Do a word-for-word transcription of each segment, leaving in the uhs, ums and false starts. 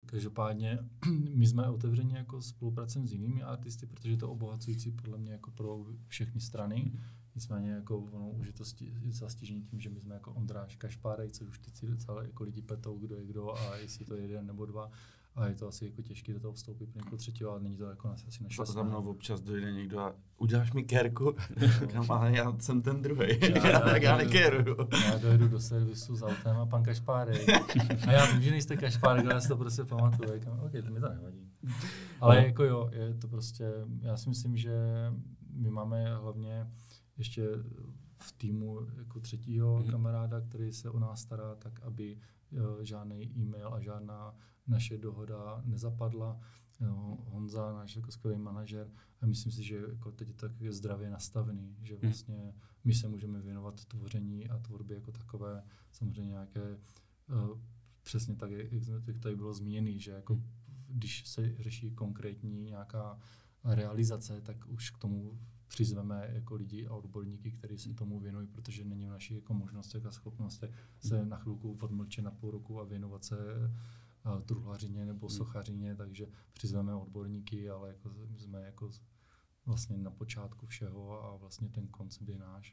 Každopádně my jsme otevřeni jako spolupracujeme s jinými artisty, protože to je obohacující podle mě jako pro všechny strany. Nicméně jako ono už je to zastižení tím, že my jsme jako Ondráš Kašpárek, což už teď si docela jako lidi petou, kdo je kdo a jestli to je jeden nebo dva. A je to asi jako těžké do toho vstoupit pro někoho třetího, ale není to jako asi naše. Za mnou občas dojde někdo a uděláš mi kérku, ale já jsem ten druhej, tak já nekéruju. Já dojedu do servisu s autem a pan Kašpárek. A já vím, že nejste Kašpárek, ale já si to prostě pamatuju. Ok, to mi to nevadí. Ale no. Jako jo, je to prostě, já si myslím, že my máme hlavně ještě v týmu jako třetího mm-hmm. kamaráda, který se o nás stará, tak aby žádný e-mail a žádná naše dohoda nezapadla. No, Honza, náš jako skvělý manažer, a myslím si, že jako teď je tak zdravě nastavený, že vlastně my se můžeme věnovat tvoření a tvorbě jako takové, samozřejmě nějaké, uh, přesně tak, jak tady bylo zmíněný, že jako když se řeší konkrétní nějaká realizace, tak už k tomu přizveme jako lidi a odborníky, kteří se tomu věnují, protože není v našich jako možnostech a schopnostech se na chvilku odmlčet na půl roku a věnovat se uh, truhlařině nebo sochařině, takže přizveme odborníky, ale jako jsme jako vlastně na počátku všeho a vlastně ten koncept je náš.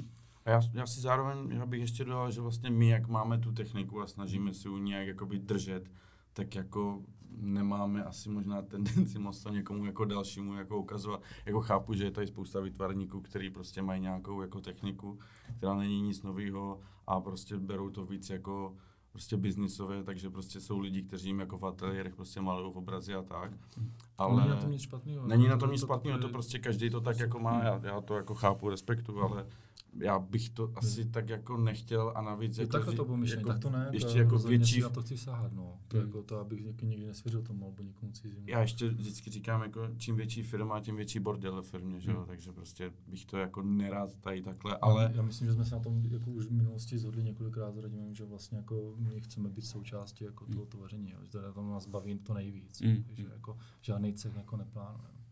A já, já si zároveň, já bych ještě dodal, že vlastně my, jak máme tu techniku a snažíme si ji nějak jakoby držet, tak jako nemáme asi možná tendenci moc to někomu jako dalšímu jako ukazovat. Jako chápu, že je tady spousta výtvarníků, kteří prostě mají nějakou jako techniku, která není nic nového a prostě berou to víc jako prostě biznisové, takže prostě jsou lidi, kteří jim jako v ateliérech prostě malují obrazy a tak. Ale není na tom nic špatného. Není na tom nic špatného, to prostě každý to tak jako má, já, já to jako chápu, respektuju, ale já bych to asi hmm. tak jako nechtěl a navíc jako... Takhle to pomyšlení, jako, tak to ne, ještě to jako větší... na to chci sahat, no. To hmm. jako to, abych nikdy nesvěřil tomu, alebo někomu cizímu. Já ještě vždycky říkám, jako čím větší firma, tím větší bordel ve firmě, že jo, hmm. takže prostě bych to jako nerád tady takhle, ale... Já myslím, že jsme se na tom jako už v minulosti zhodli několikrát s Radimem, že vlastně jako my chceme být součástí jako toho tvoření, že to nás baví to nejvíc, hmm. takže jako žádný cech jako neplánujeme.